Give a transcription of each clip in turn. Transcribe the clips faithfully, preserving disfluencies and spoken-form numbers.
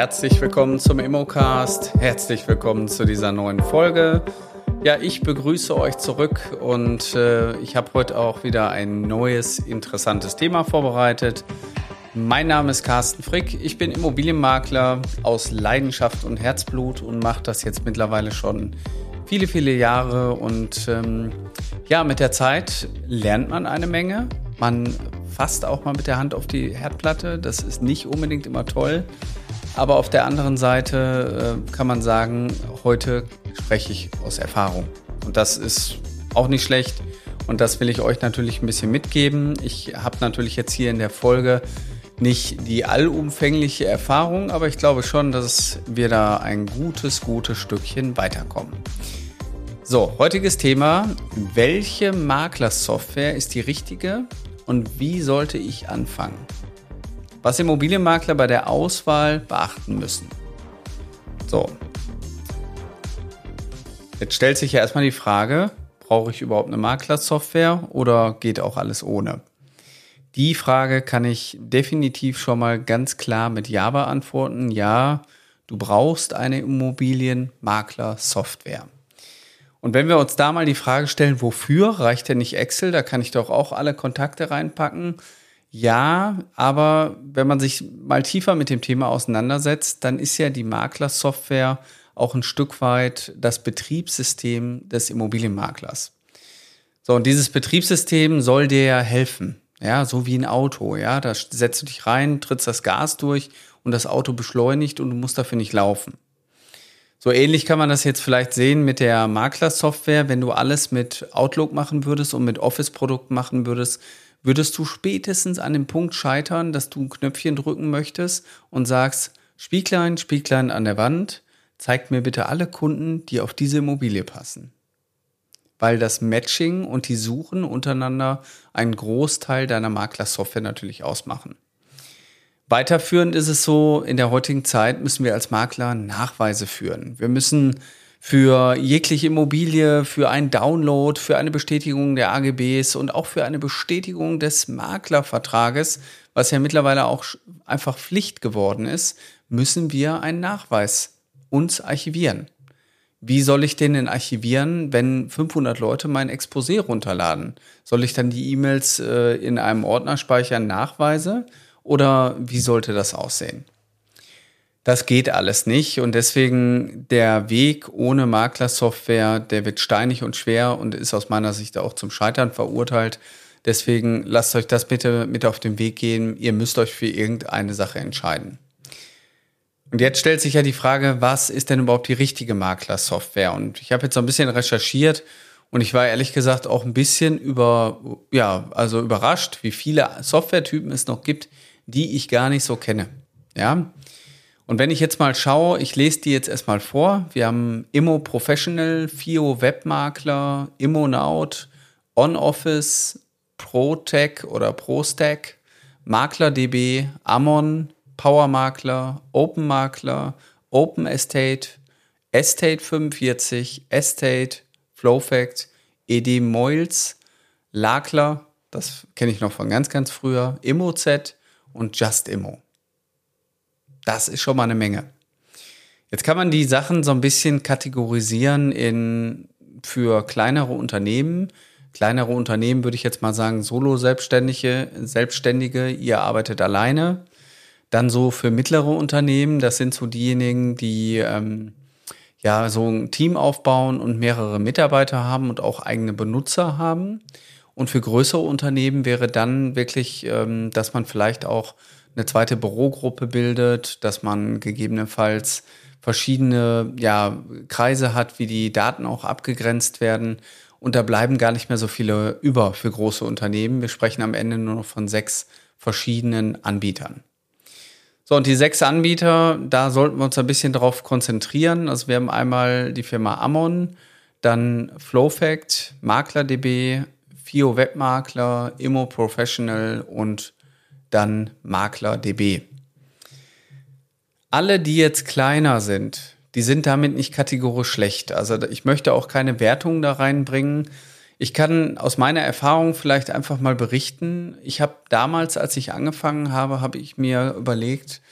Herzlich willkommen zum Immocast, herzlich willkommen zu dieser neuen Folge. Ja, ich begrüße euch zurück und äh, ich habe heute auch wieder ein neues, interessantes Thema vorbereitet. Mein Name ist Carsten Frick, ich bin Immobilienmakler aus Leidenschaft und Herzblut und mache das jetzt mittlerweile schon viele, viele Jahre. Und ähm, ja, mit der Zeit lernt man eine Menge. Man fasst auch mal mit der Hand auf die Herdplatte, das ist nicht unbedingt immer toll. Aber auf der anderen Seite äh, kann man sagen, heute spreche ich aus Erfahrung. Und das ist auch nicht schlecht. Und das will ich euch natürlich ein bisschen mitgeben. Ich habe natürlich jetzt hier in der Folge nicht die allumfängliche Erfahrung, aber ich glaube schon, dass wir da ein gutes, gutes Stückchen weiterkommen. So, heutiges Thema. Welche Maklersoftware ist die richtige und wie sollte ich anfangen? Was Immobilienmakler bei der Auswahl beachten müssen. So. Jetzt stellt sich ja erstmal die Frage, brauche ich überhaupt eine Maklersoftware oder geht auch alles ohne? Die Frage kann ich definitiv schon mal ganz klar mit Ja beantworten. Ja, du brauchst eine Immobilienmaklersoftware. Und wenn wir uns da mal die Frage stellen, wofür? Reicht denn nicht Excel? Da kann ich doch auch alle Kontakte reinpacken. Ja, aber wenn man sich mal tiefer mit dem Thema auseinandersetzt, dann ist ja die Maklersoftware auch ein Stück weit das Betriebssystem des Immobilienmaklers. So, und dieses Betriebssystem soll dir ja helfen. Ja, so wie ein Auto. Ja, da setzt du dich rein, trittst das Gas durch und das Auto beschleunigt und du musst dafür nicht laufen. So ähnlich kann man das jetzt vielleicht sehen mit der Maklersoftware. Wenn du alles mit Outlook machen würdest und mit Office-Produkten machen würdest, würdest du spätestens an dem Punkt scheitern, dass du ein Knöpfchen drücken möchtest und sagst, Spieglein, Spieglein an der Wand, zeig mir bitte alle Kunden, die auf diese Immobilie passen. Weil das Matching und die Suchen untereinander einen Großteil deiner Maklersoftware natürlich ausmachen. Weiterführend ist es so, in der heutigen Zeit müssen wir als Makler Nachweise führen. Wir müssen für jegliche Immobilie, für einen Download, für eine Bestätigung der A G Bs und auch für eine Bestätigung des Maklervertrages, was ja mittlerweile auch einfach Pflicht geworden ist, müssen wir einen Nachweis uns archivieren. Wie soll ich den denn archivieren, wenn fünfhundert Leute mein Exposé runterladen? Soll ich dann die E-Mails äh, in einem Ordner speichern, Nachweise? Oder wie sollte das aussehen? Das geht alles nicht und deswegen der Weg ohne Maklersoftware, der wird steinig und schwer und ist aus meiner Sicht auch zum Scheitern verurteilt. Deswegen lasst euch das bitte mit auf den Weg gehen. Ihr müsst euch für irgendeine Sache entscheiden. Und jetzt stellt sich ja die Frage, was ist denn überhaupt die richtige Maklersoftware? Und ich habe jetzt so ein bisschen recherchiert und ich war ehrlich gesagt auch ein bisschen über, ja, also überrascht, wie viele Softwaretypen es noch gibt, die ich gar nicht so kenne. Ja. Und wenn ich jetzt mal schaue, ich lese die jetzt erstmal vor. Wir haben Immo Professional, Fio Webmakler, Immonaut, OnOffice, ProTech oder ProStack, MaklerDB, Ammon, PowerMakler, OpenMakler, OpenEstate, Estate fünfundvierzig, Estate, Flowfact, E D Moils, Lakler, das kenne ich noch von ganz, ganz früher, ImmoZ und JustImmo. Das ist schon mal eine Menge. Jetzt kann man die Sachen so ein bisschen kategorisieren in für kleinere Unternehmen. Kleinere Unternehmen würde ich jetzt mal sagen, Solo-Selbstständige, Selbstständige, ihr arbeitet alleine. Dann so für mittlere Unternehmen, das sind so diejenigen, die ähm, ja so ein Team aufbauen und mehrere Mitarbeiter haben und auch eigene Benutzer haben. Und für größere Unternehmen wäre dann wirklich, ähm, dass man vielleicht auch eine zweite Bürogruppe bildet, dass man gegebenenfalls verschiedene ja, Kreise hat, wie die Daten auch abgegrenzt werden. Und da bleiben gar nicht mehr so viele über für große Unternehmen. Wir sprechen am Ende nur noch von sechs verschiedenen Anbietern. So, und die sechs Anbieter, da sollten wir uns ein bisschen drauf konzentrieren. Also wir haben einmal die Firma Ammon, dann Flowfact, MaklerDB, Fio Webmakler, Immo Professional und dann MaklerDB. Alle, die jetzt kleiner sind, die sind damit nicht kategorisch schlecht. Also ich möchte auch keine Wertung da reinbringen. Ich kann aus meiner Erfahrung vielleicht einfach mal berichten. Ich habe damals, als ich angefangen habe, habe ich mir überlegt,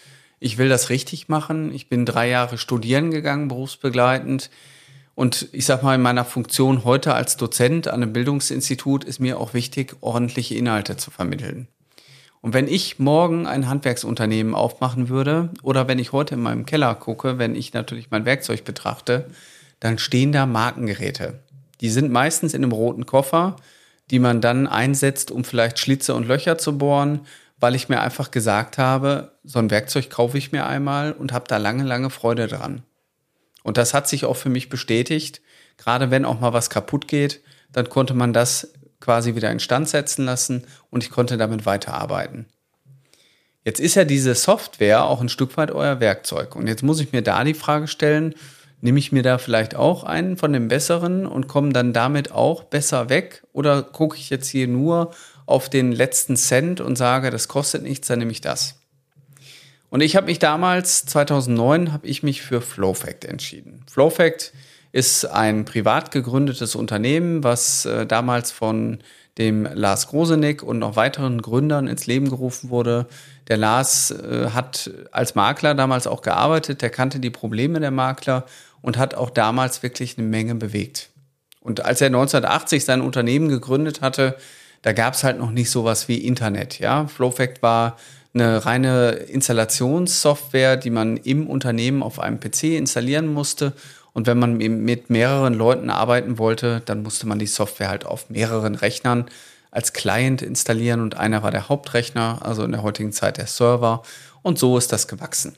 Ich will das richtig machen. Ich bin drei Jahre studieren gegangen, berufsbegleitend. Und ich sag mal, in meiner Funktion heute als Dozent an einem Bildungsinstitut ist mir auch wichtig, ordentliche Inhalte zu vermitteln. Und wenn ich morgen ein Handwerksunternehmen aufmachen würde oder wenn ich heute in meinem Keller gucke, wenn ich natürlich mein Werkzeug betrachte, dann stehen da Markengeräte. Die sind meistens in einem roten Koffer, die man dann einsetzt, um vielleicht Schlitze und Löcher zu bohren, weil ich mir einfach gesagt habe, so ein Werkzeug kaufe ich mir einmal und habe da lange, lange Freude dran. Und das hat sich auch für mich bestätigt. Gerade wenn auch mal was kaputt geht, dann konnte man das quasi wieder instand setzen lassen und ich konnte damit weiterarbeiten. Jetzt ist ja diese Software auch ein Stück weit euer Werkzeug. Und jetzt muss ich mir da die Frage stellen, nehme ich mir da vielleicht auch einen von den besseren und komme dann damit auch besser weg? Oder gucke ich jetzt hier nur auf den letzten Cent und sage, das kostet nichts, dann nehme ich das. Und ich habe mich damals, zweitausendneun, habe ich mich für Flowfact entschieden. Flowfact ist ein privat gegründetes Unternehmen, was äh, damals von dem Lars Grosenick und noch weiteren Gründern ins Leben gerufen wurde. Der Lars äh, hat als Makler damals auch gearbeitet, der kannte die Probleme der Makler und hat auch damals wirklich eine Menge bewegt. Und als er neunzehnhundertachtzig sein Unternehmen gegründet hatte, da gab es halt noch nicht sowas wie Internet. Ja? Flowfact war eine reine Installationssoftware, die man im Unternehmen auf einem P C installieren musste. Und wenn man mit mehreren Leuten arbeiten wollte, dann musste man die Software halt auf mehreren Rechnern als Client installieren und einer war der Hauptrechner, also in der heutigen Zeit der Server. Und so ist das gewachsen.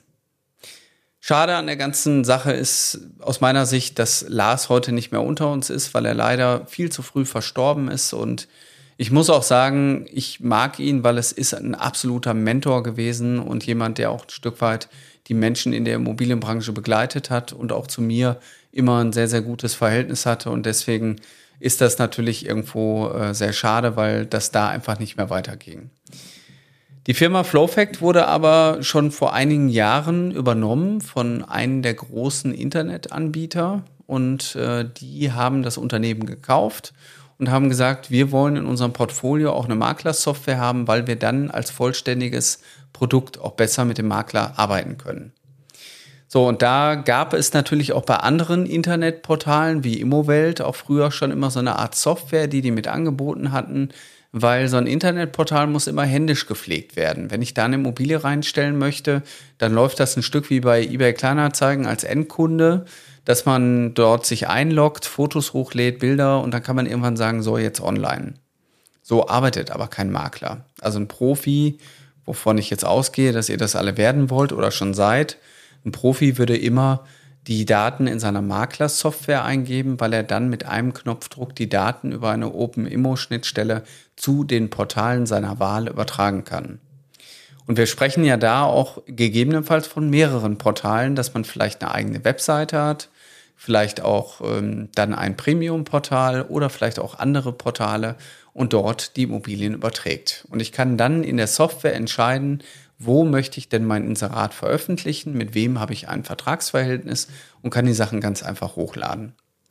Schade an der ganzen Sache ist aus meiner Sicht, dass Lars heute nicht mehr unter uns ist, weil er leider viel zu früh verstorben ist. Und ich muss auch sagen, ich mag ihn, weil es ist ein absoluter Mentor gewesen und jemand, der auch ein Stück weit die Menschen in der Immobilienbranche begleitet hat und auch zu mir immer ein sehr, sehr gutes Verhältnis hatte. Und deswegen ist das natürlich irgendwo äh, sehr schade, weil das da einfach nicht mehr weiterging. Die Firma Flowfact wurde aber schon vor einigen Jahren übernommen von einem der großen Internetanbieter und äh, die haben das Unternehmen gekauft und haben gesagt, wir wollen in unserem Portfolio auch eine Maklersoftware haben, weil wir dann als vollständiges Produkt auch besser mit dem Makler arbeiten können. So, und da gab es natürlich auch bei anderen Internetportalen wie Immowelt auch früher schon immer so eine Art Software, die die mit angeboten hatten, weil so ein Internetportal muss immer händisch gepflegt werden. Wenn ich da eine Immobilie reinstellen möchte, dann läuft das ein Stück wie bei eBay Kleinanzeigen als Endkunde, dass man dort sich einloggt, Fotos hochlädt, Bilder und dann kann man irgendwann sagen, so jetzt online. So arbeitet aber kein Makler. Also ein Profi, wovon ich jetzt ausgehe, dass ihr das alle werden wollt oder schon seid, ein Profi würde immer die Daten in seiner Maklersoftware eingeben, weil er dann mit einem Knopfdruck die Daten über eine OpenImmo-Schnittstelle zu den Portalen seiner Wahl übertragen kann. Und wir sprechen ja da auch gegebenenfalls von mehreren Portalen, dass man vielleicht eine eigene Webseite hat, vielleicht auch ähm, dann ein Premium-Portal oder vielleicht auch andere Portale und dort die Immobilien überträgt. Und ich kann dann in der Software entscheiden, wo möchte ich denn mein Inserat veröffentlichen, mit wem habe ich ein Vertragsverhältnis und kann die Sachen ganz einfach hochladen.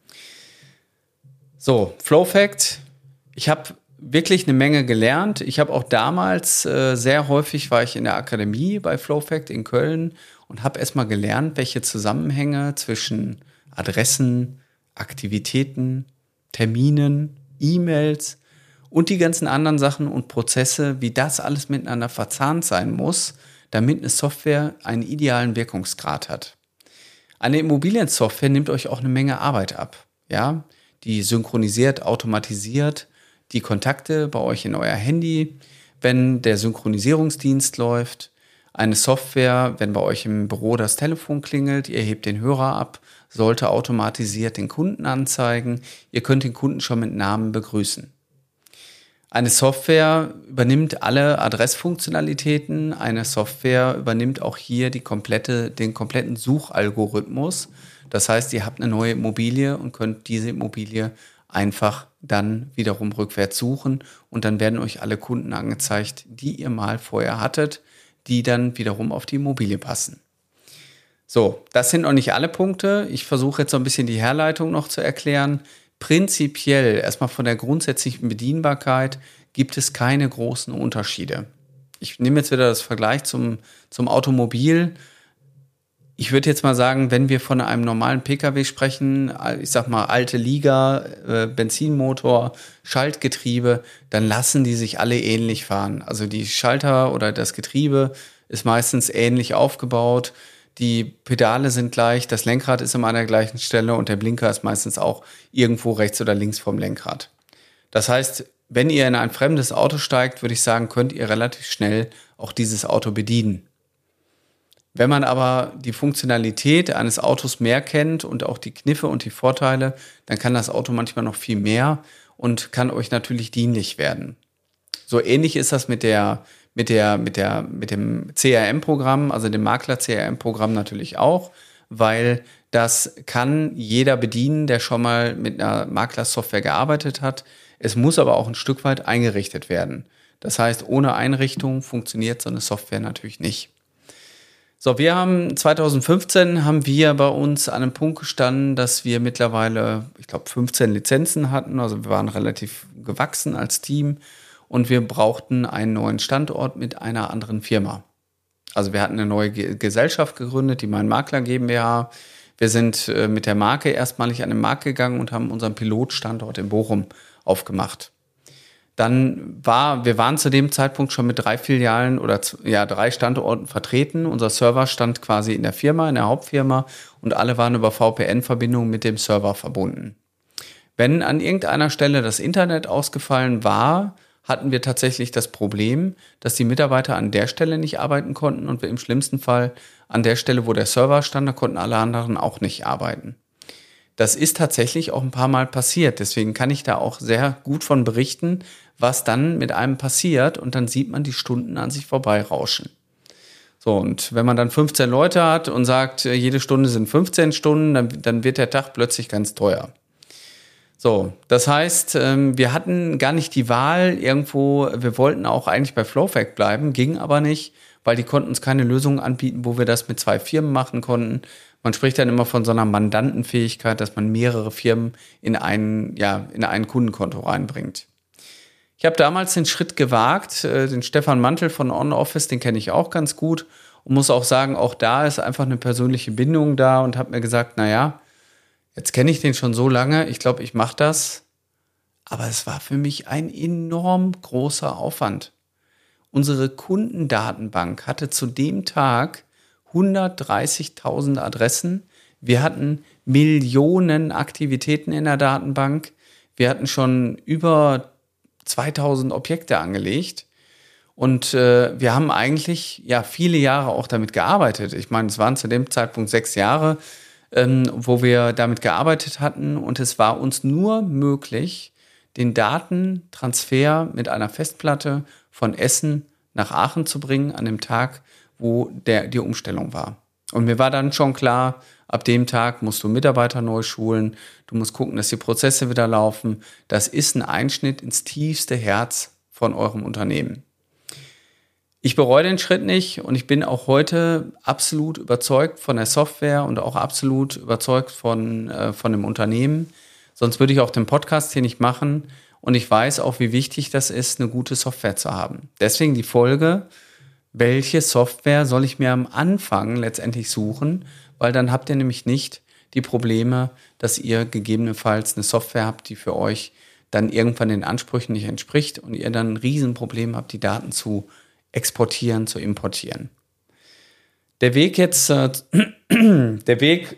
So, Flowfact. Ich habe wirklich eine Menge gelernt. Ich habe auch damals äh, sehr häufig war ich in der Akademie bei Flowfact in Köln und habe erstmal gelernt, welche Zusammenhänge zwischen Adressen, Aktivitäten, Terminen, E-Mails und die ganzen anderen Sachen und Prozesse, wie das alles miteinander verzahnt sein muss, damit eine Software einen idealen Wirkungsgrad hat. Eine Immobiliensoftware nimmt euch auch eine Menge Arbeit ab. Ja? Die synchronisiert, automatisiert die Kontakte bei euch in euer Handy, wenn der Synchronisierungsdienst läuft. Eine Software, wenn bei euch im Büro das Telefon klingelt, ihr hebt den Hörer ab, sollte automatisiert den Kunden anzeigen. Ihr könnt den Kunden schon mit Namen begrüßen. Eine Software übernimmt alle Adressfunktionalitäten. Eine Software übernimmt auch hier die komplette, den kompletten Suchalgorithmus. Das heißt, ihr habt eine neue Immobilie und könnt diese Immobilie einfach dann wiederum rückwärts suchen und dann werden euch alle Kunden angezeigt, die ihr mal vorher hattet, die dann wiederum auf die Immobilie passen. So, das sind noch nicht alle Punkte. Ich versuche jetzt so ein bisschen die Herleitung noch zu erklären. Prinzipiell, erstmal von der grundsätzlichen Bedienbarkeit, gibt es keine großen Unterschiede. Ich nehme jetzt wieder das Vergleich zum, zum Automobil. Ich würde jetzt mal sagen, wenn wir von einem normalen Pkw sprechen, ich sag mal alte Liga, äh, Benzinmotor, Schaltgetriebe, dann lassen die sich alle ähnlich fahren. Also die Schalter oder das Getriebe ist meistens ähnlich aufgebaut. Die Pedale sind gleich, das Lenkrad ist immer an der gleichen Stelle und der Blinker ist meistens auch irgendwo rechts oder links vom Lenkrad. Das heißt, wenn ihr in ein fremdes Auto steigt, würde ich sagen, könnt ihr relativ schnell auch dieses Auto bedienen. Wenn man aber die Funktionalität eines Autos mehr kennt und auch die Kniffe und die Vorteile, dann kann das Auto manchmal noch viel mehr und kann euch natürlich dienlich werden. So ähnlich ist das mit der, mit der, mit der, mit dem C R M-Programm, also dem Makler-C R M-Programm natürlich auch, weil das kann jeder bedienen, der schon mal mit einer Maklersoftware gearbeitet hat. Es muss aber auch ein Stück weit eingerichtet werden. Das heißt, ohne Einrichtung funktioniert so eine Software natürlich nicht. So, wir haben zwanzig fünfzehn haben wir bei uns an einem Punkt gestanden, dass wir mittlerweile, ich glaube, fünfzehn Lizenzen hatten. Also wir waren relativ gewachsen als Team und wir brauchten einen neuen Standort mit einer anderen Firma. Also wir hatten eine neue Ge- Gesellschaft gegründet, die Mein Makler GmbH. Wir sind äh, mit der Marke erstmalig an den Markt gegangen und haben unseren Pilotstandort in Bochum aufgemacht. Dann war, wir waren zu dem Zeitpunkt schon mit drei Filialen oder ja, drei Standorten vertreten. Unser Server stand quasi in der Firma, in der Hauptfirma und alle waren über V P N-Verbindungen mit dem Server verbunden. Wenn an irgendeiner Stelle das Internet ausgefallen war, hatten wir tatsächlich das Problem, dass die Mitarbeiter an der Stelle nicht arbeiten konnten und wir im schlimmsten Fall an der Stelle, wo der Server stand, da konnten alle anderen auch nicht arbeiten. Das ist tatsächlich auch ein paar Mal passiert. Deswegen kann ich da auch sehr gut von berichten, was dann mit einem passiert. Und dann sieht man die Stunden an sich vorbeirauschen. So, und wenn man dann fünfzehn Leute hat und sagt, jede Stunde sind fünfzehn Stunden, dann, dann wird der Tag plötzlich ganz teuer. So, das heißt, wir hatten gar nicht die Wahl irgendwo, wir wollten auch eigentlich bei Flowfact bleiben, ging aber nicht, weil die konnten uns keine Lösung anbieten, wo wir das mit zwei Firmen machen konnten. Man spricht dann immer von so einer Mandantenfähigkeit, dass man mehrere Firmen in einen, ja, in ein Kundenkonto reinbringt. Ich habe damals den Schritt gewagt, den Stefan Mantel von OnOffice, den kenne ich auch ganz gut und muss auch sagen, auch da ist einfach eine persönliche Bindung da und habe mir gesagt, naja, jetzt kenne ich den schon so lange, ich glaube, ich mache das. Aber es war für mich ein enorm großer Aufwand. Unsere Kundendatenbank hatte zu dem Tag hundertdreißigtausend Adressen. Wir hatten Millionen Aktivitäten in der Datenbank. Wir hatten schon über zweitausend Objekte angelegt. Und äh, wir haben eigentlich ja viele Jahre auch damit gearbeitet. Ich meine, es waren zu dem Zeitpunkt sechs Jahre, ähm, wo wir damit gearbeitet hatten. Und es war uns nur möglich, den Datentransfer mit einer Festplatte von Essen nach Aachen zu bringen an dem Tag, wo der, die Umstellung war. Und mir war dann schon klar, ab dem Tag musst du Mitarbeiter neu schulen, du musst gucken, dass die Prozesse wieder laufen. Das ist ein Einschnitt ins tiefste Herz von eurem Unternehmen. Ich bereue den Schritt nicht und ich bin auch heute absolut überzeugt von der Software und auch absolut überzeugt von, äh, von dem Unternehmen. Sonst würde ich auch den Podcast hier nicht machen. Und ich weiß auch, wie wichtig das ist, eine gute Software zu haben. Deswegen die Folge, welche Software soll ich mir am Anfang letztendlich suchen? Weil dann habt ihr nämlich nicht die Probleme, dass ihr gegebenenfalls eine Software habt, die für euch dann irgendwann den Ansprüchen nicht entspricht und ihr dann ein Riesenproblem habt, die Daten zu exportieren, zu importieren. Der Weg jetzt, äh, der Weg,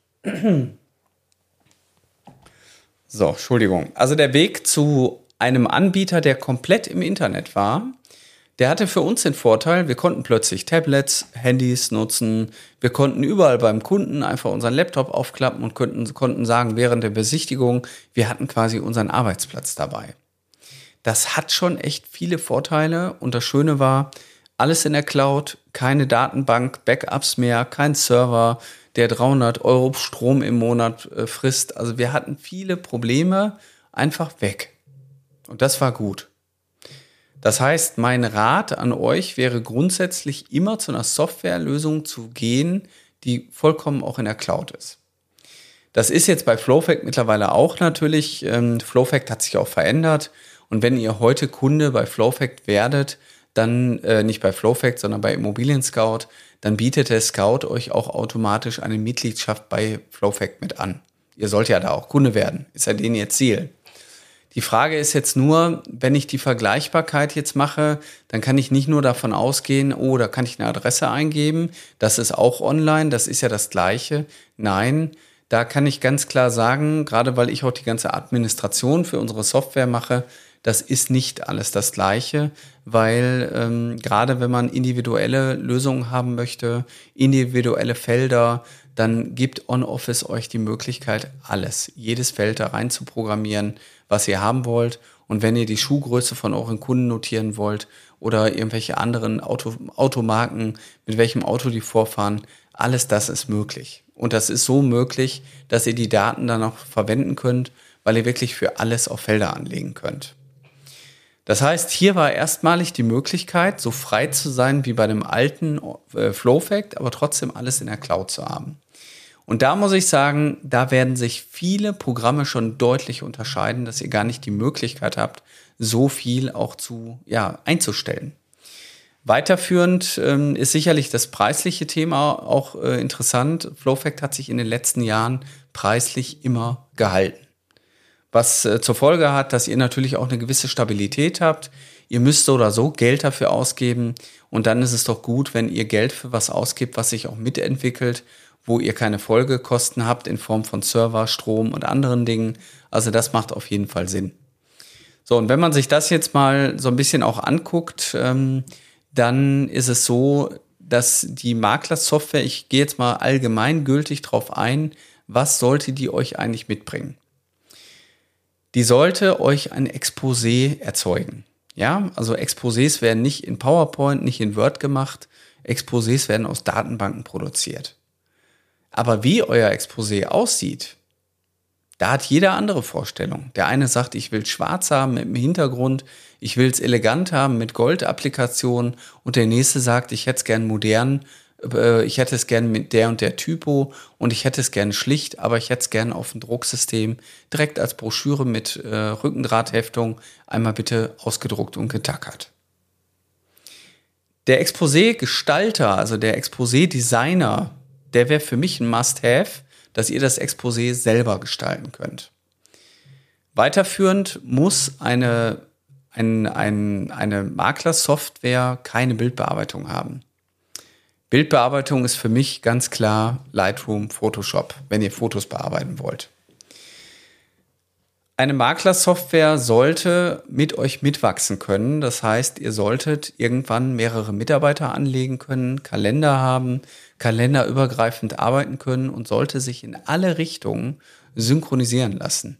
so, Entschuldigung. Also der Weg zu einem Anbieter, der komplett im Internet war, der hatte für uns den Vorteil, wir konnten plötzlich Tablets, Handys nutzen, wir konnten überall beim Kunden einfach unseren Laptop aufklappen und konnten, konnten sagen, während der Besichtigung, wir hatten quasi unseren Arbeitsplatz dabei. Das hat schon echt viele Vorteile und das Schöne war, alles in der Cloud, keine Datenbank, Backups mehr, kein Server, der dreihundert Euro Strom im Monat äh, frisst. Also wir hatten viele Probleme einfach weg. Und das war gut. Das heißt, mein Rat an euch wäre grundsätzlich immer zu einer Softwarelösung zu gehen, die vollkommen auch in der Cloud ist. Das ist jetzt bei Flowfact mittlerweile auch natürlich. Ähm, Flowfact hat sich auch verändert. Und wenn ihr heute Kunde bei Flowfact werdet, dann äh, nicht bei FlowFact, sondern bei Immobilien Scout, dann bietet der Scout euch auch automatisch eine Mitgliedschaft bei FlowFact mit an. Ihr sollt ja da auch Kunde werden, ist ja denen ihr Ziel. Die Frage ist jetzt nur, wenn ich die Vergleichbarkeit jetzt mache, dann kann ich nicht nur davon ausgehen, oh, da kann ich eine Adresse eingeben, das ist auch online, das ist ja das Gleiche. Nein, da kann ich ganz klar sagen, gerade weil ich auch die ganze Administration für unsere Software mache, das ist nicht alles das Gleiche, weil ähm, gerade wenn man individuelle Lösungen haben möchte, individuelle Felder, dann gibt OnOffice euch die Möglichkeit, alles, jedes Feld da rein zu programmieren, was ihr haben wollt. Und wenn ihr die Schuhgröße von euren Kunden notieren wollt oder irgendwelche anderen Auto, Automarken, mit welchem Auto die vorfahren, alles das ist möglich. Und das ist so möglich, dass ihr die Daten dann auch verwenden könnt, weil ihr wirklich für alles auf Felder anlegen könnt. Das heißt, hier war erstmalig die Möglichkeit, so frei zu sein wie bei dem alten äh, FlowFact, aber trotzdem alles in der Cloud zu haben. Und da muss ich sagen, da werden sich viele Programme schon deutlich unterscheiden, dass ihr gar nicht die Möglichkeit habt, so viel auch zu, ja, einzustellen. Weiterführend ähm, ist sicherlich das preisliche Thema auch äh, interessant. FlowFact hat sich in den letzten Jahren preislich immer gehalten. Was äh, zur Folge hat, dass ihr natürlich auch eine gewisse Stabilität habt. Ihr müsst so oder so Geld dafür ausgeben. Und dann ist es doch gut, wenn ihr Geld für was ausgibt, was sich auch mitentwickelt, wo ihr keine Folgekosten habt in Form von Server, Strom und anderen Dingen. Also das macht auf jeden Fall Sinn. So, und wenn man sich das jetzt mal so ein bisschen auch anguckt, ähm, dann ist es so, dass die Maklersoftware, ich gehe jetzt mal allgemeingültig drauf ein, was sollte die euch eigentlich mitbringen? Die sollte euch ein Exposé erzeugen. Ja, also Exposés werden nicht in PowerPoint, nicht in Word gemacht. Exposés werden aus Datenbanken produziert. Aber wie euer Exposé aussieht, da hat jeder andere Vorstellung. Der eine sagt, ich will schwarz haben mit dem Hintergrund, ich will es elegant haben mit Gold-Applikationen und der nächste sagt, ich hätte es gern modern, äh, ich hätte es gern mit der und der Typo und ich hätte es gern schlicht, aber ich hätte es gern auf dem Drucksystem direkt als Broschüre mit äh, Rückendrahtheftung einmal bitte ausgedruckt und getackert. Der Exposé-Gestalter, also der Exposé-Designer, der wäre für mich ein Must-Have, dass ihr das Exposé selber gestalten könnt. Weiterführend muss eine, ein, ein, eine Maklersoftware keine Bildbearbeitung haben. Bildbearbeitung ist für mich ganz klar Lightroom, Photoshop, wenn ihr Fotos bearbeiten wollt. Eine Maklersoftware sollte mit euch mitwachsen können. Das heißt, ihr solltet irgendwann mehrere Mitarbeiter anlegen können, Kalender haben, kalenderübergreifend arbeiten können und sollte sich in alle Richtungen synchronisieren lassen.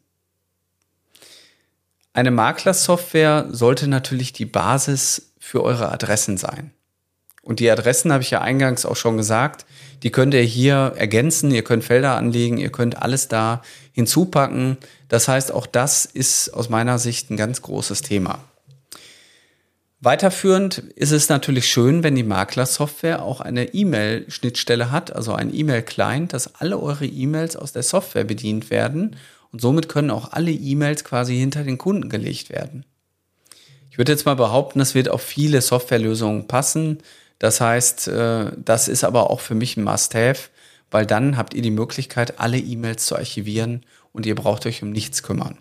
Eine Maklersoftware sollte natürlich die Basis für eure Adressen sein. Und die Adressen habe ich ja eingangs auch schon gesagt, die könnt ihr hier ergänzen, ihr könnt Felder anlegen, ihr könnt alles da hinzupacken. Das heißt, auch das ist aus meiner Sicht ein ganz großes Thema. Weiterführend ist es natürlich schön, wenn die Maklersoftware auch eine E-Mail-Schnittstelle hat, also ein E-Mail-Client, dass alle eure E-Mails aus der Software bedient werden und somit können auch alle E-Mails quasi hinter den Kunden gelegt werden. Ich würde jetzt mal behaupten, das wird auf viele Softwarelösungen passen. Das heißt, das ist aber auch für mich ein Must-Have, weil dann habt ihr die Möglichkeit, alle E-Mails zu archivieren und ihr braucht euch um nichts kümmern.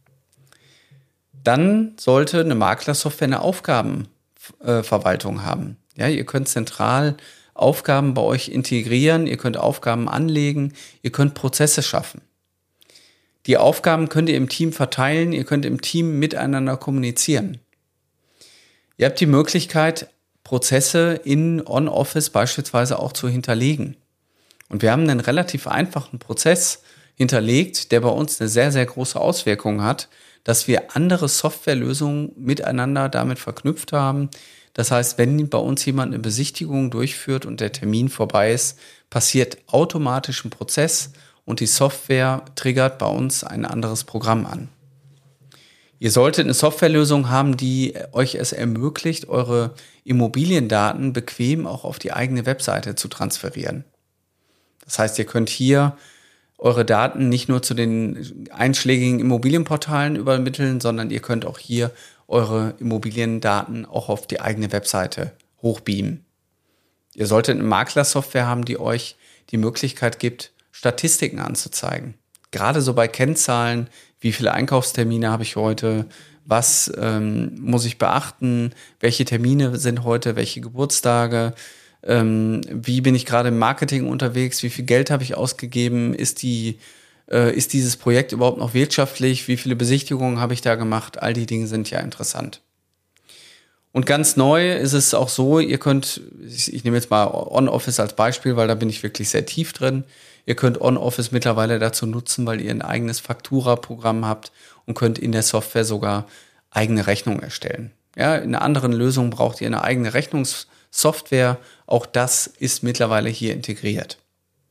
Dann sollte eine Maklersoftware eine Aufgabenverwaltung haben. Ja, ihr könnt zentral Aufgaben bei euch integrieren, ihr könnt Aufgaben anlegen, ihr könnt Prozesse schaffen. Die Aufgaben könnt ihr im Team verteilen, ihr könnt im Team miteinander kommunizieren. Ihr habt die Möglichkeit, Prozesse in OnOffice beispielsweise auch zu hinterlegen. Und wir haben einen relativ einfachen Prozess hinterlegt, der bei uns eine sehr, sehr große Auswirkung hat, dass wir andere Softwarelösungen miteinander damit verknüpft haben. Das heißt, wenn bei uns jemand eine Besichtigung durchführt und der Termin vorbei ist, passiert automatisch ein Prozess und die Software triggert bei uns ein anderes Programm an. Ihr solltet eine Softwarelösung haben, die euch es ermöglicht, eure Immobiliendaten bequem auch auf die eigene Webseite zu transferieren. Das heißt, ihr könnt hier eure Daten nicht nur zu den einschlägigen Immobilienportalen übermitteln, sondern ihr könnt auch hier eure Immobiliendaten auch auf die eigene Webseite hochbeamen. Ihr solltet eine Maklersoftware haben, die euch die Möglichkeit gibt, Statistiken anzuzeigen. Gerade so bei Kennzahlen, wie viele Einkaufstermine habe ich heute, was ähm, muss ich beachten, welche Termine sind heute, welche Geburtstage, ähm, wie bin ich gerade im Marketing unterwegs, wie viel Geld habe ich ausgegeben, ist die äh, ist dieses Projekt überhaupt noch wirtschaftlich, wie viele Besichtigungen habe ich da gemacht, all die Dinge sind ja interessant. Und ganz neu ist es auch so, ihr könnt, ich, ich nehme jetzt mal OnOffice als Beispiel, weil da bin ich wirklich sehr tief drin. Ihr könnt OnOffice mittlerweile dazu nutzen, weil ihr ein eigenes Faktura-Programm habt und könnt in der Software sogar eigene Rechnungen erstellen. Ja, in einer anderen Lösung braucht ihr eine eigene Rechnungssoftware. Auch das ist mittlerweile hier integriert.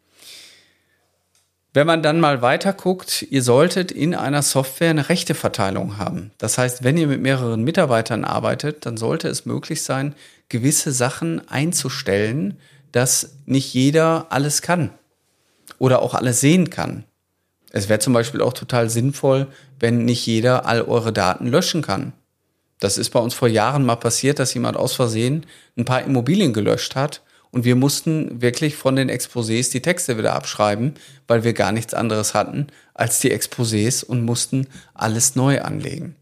Wenn man dann mal weiter guckt, ihr solltet in einer Software eine Rechteverteilung haben. Das heißt, wenn ihr mit mehreren Mitarbeitern arbeitet, dann sollte es möglich sein, gewisse Sachen einzustellen, dass nicht jeder alles kann oder auch alles sehen kann. Es wäre zum Beispiel auch total sinnvoll, wenn nicht jeder all eure Daten löschen kann. Das ist bei uns vor Jahren mal passiert, dass jemand aus Versehen ein paar Immobilien gelöscht hat. Und wir mussten wirklich von den Exposés die Texte wieder abschreiben, weil wir gar nichts anderes hatten als die Exposés und mussten alles neu anlegen.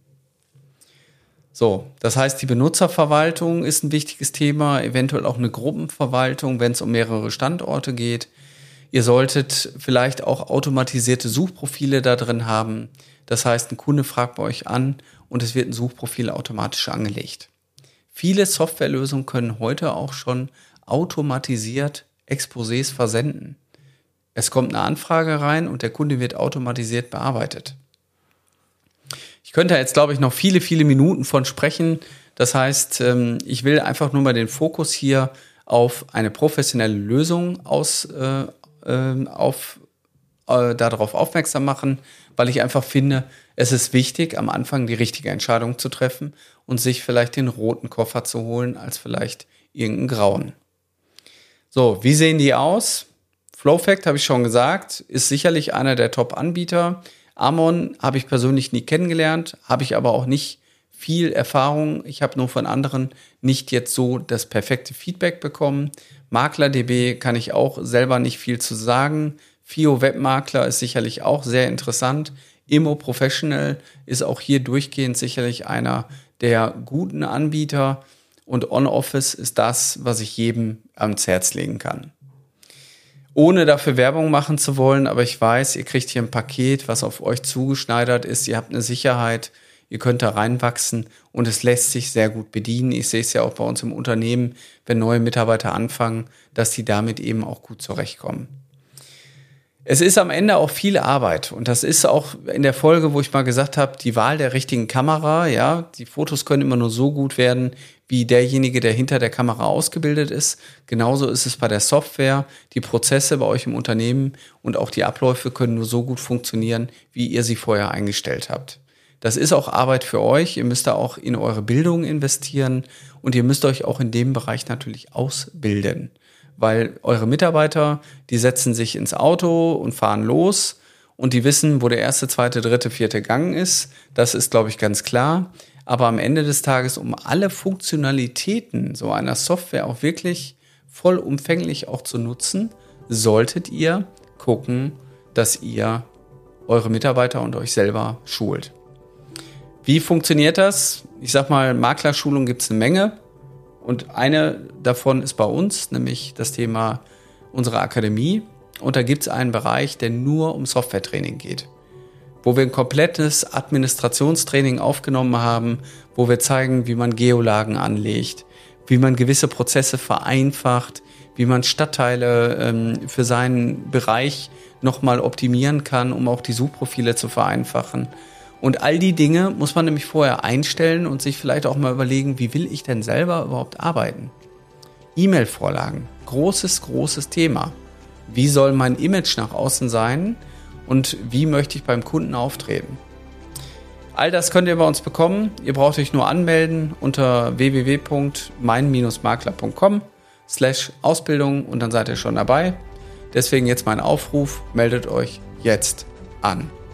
So, das heißt, die Benutzerverwaltung ist ein wichtiges Thema, eventuell auch eine Gruppenverwaltung, wenn es um mehrere Standorte geht. Ihr solltet vielleicht auch automatisierte Suchprofile da drin haben. Das heißt, ein Kunde fragt bei euch an und es wird ein Suchprofil automatisch angelegt. Viele Softwarelösungen können heute auch schon automatisiert Exposés versenden. Es kommt eine Anfrage rein und der Kunde wird automatisiert bearbeitet. Ich könnte jetzt, glaube ich, noch viele, viele Minuten von sprechen. Das heißt, ich will einfach nur mal den Fokus hier auf eine professionelle Lösung aus, äh, auf, äh, darauf aufmerksam machen, weil ich einfach finde, es ist wichtig, am Anfang die richtige Entscheidung zu treffen und sich vielleicht den roten Koffer zu holen, als vielleicht irgendeinen grauen. So, wie sehen die aus? Flowfact, habe ich schon gesagt, ist sicherlich einer der Top-Anbieter. Amon habe ich persönlich nie kennengelernt, habe ich aber auch nicht viel Erfahrung. Ich habe nur von anderen nicht jetzt so das perfekte Feedback bekommen. MaklerDB kann ich auch selber nicht viel zu sagen. F I O Webmakler ist sicherlich auch sehr interessant. Immo Professional ist auch hier durchgehend sicherlich einer der guten Anbieter. Und OnOffice ist das, was ich jedem ans Herz legen kann. Ohne dafür Werbung machen zu wollen, aber ich weiß, ihr kriegt hier ein Paket, was auf euch zugeschneidert ist. Ihr habt eine Sicherheit, ihr könnt da reinwachsen und es lässt sich sehr gut bedienen. Ich sehe es ja auch bei uns im Unternehmen, wenn neue Mitarbeiter anfangen, dass die damit eben auch gut zurechtkommen. Es ist am Ende auch viel Arbeit und das ist auch in der Folge, wo ich mal gesagt habe, die Wahl der richtigen Kamera, ja, die Fotos können immer nur so gut werden, wie derjenige, der hinter der Kamera ausgebildet ist. Genauso ist es bei der Software. Die Prozesse bei euch im Unternehmen und auch die Abläufe können nur so gut funktionieren, wie ihr sie vorher eingestellt habt. Das ist auch Arbeit für euch. Ihr müsst da auch in eure Bildung investieren und ihr müsst euch auch in dem Bereich natürlich ausbilden. Weil eure Mitarbeiter, die setzen sich ins Auto und fahren los und die wissen, wo der erste, zweite, dritte, vierte Gang ist. Das ist, glaube ich, ganz klar. Aber am Ende des Tages, um alle Funktionalitäten so einer Software auch wirklich vollumfänglich auch zu nutzen, solltet ihr gucken, dass ihr eure Mitarbeiter und euch selber schult. Wie funktioniert das? Ich sag mal, Maklerschulung gibt es eine Menge. Und eine davon ist bei uns, nämlich das Thema unserer Akademie. Und da gibt es einen Bereich, der nur um Softwaretraining geht. Wo wir ein komplettes Administrationstraining aufgenommen haben, wo wir zeigen, wie man Geolagen anlegt, wie man gewisse Prozesse vereinfacht, wie man Stadtteile ähm, für seinen Bereich nochmal optimieren kann, um auch die Suchprofile zu vereinfachen. Und all die Dinge muss man nämlich vorher einstellen und sich vielleicht auch mal überlegen, wie will ich denn selber überhaupt arbeiten? E-Mail-Vorlagen, großes, großes Thema. Wie soll mein Image nach außen sein und wie möchte ich beim Kunden auftreten? All das könnt ihr bei uns bekommen. Ihr braucht euch nur anmelden unter w w w punkt mein Bindestrich makler punkt com slash Ausbildung und dann seid ihr schon dabei. Deswegen jetzt mein Aufruf, meldet euch jetzt an.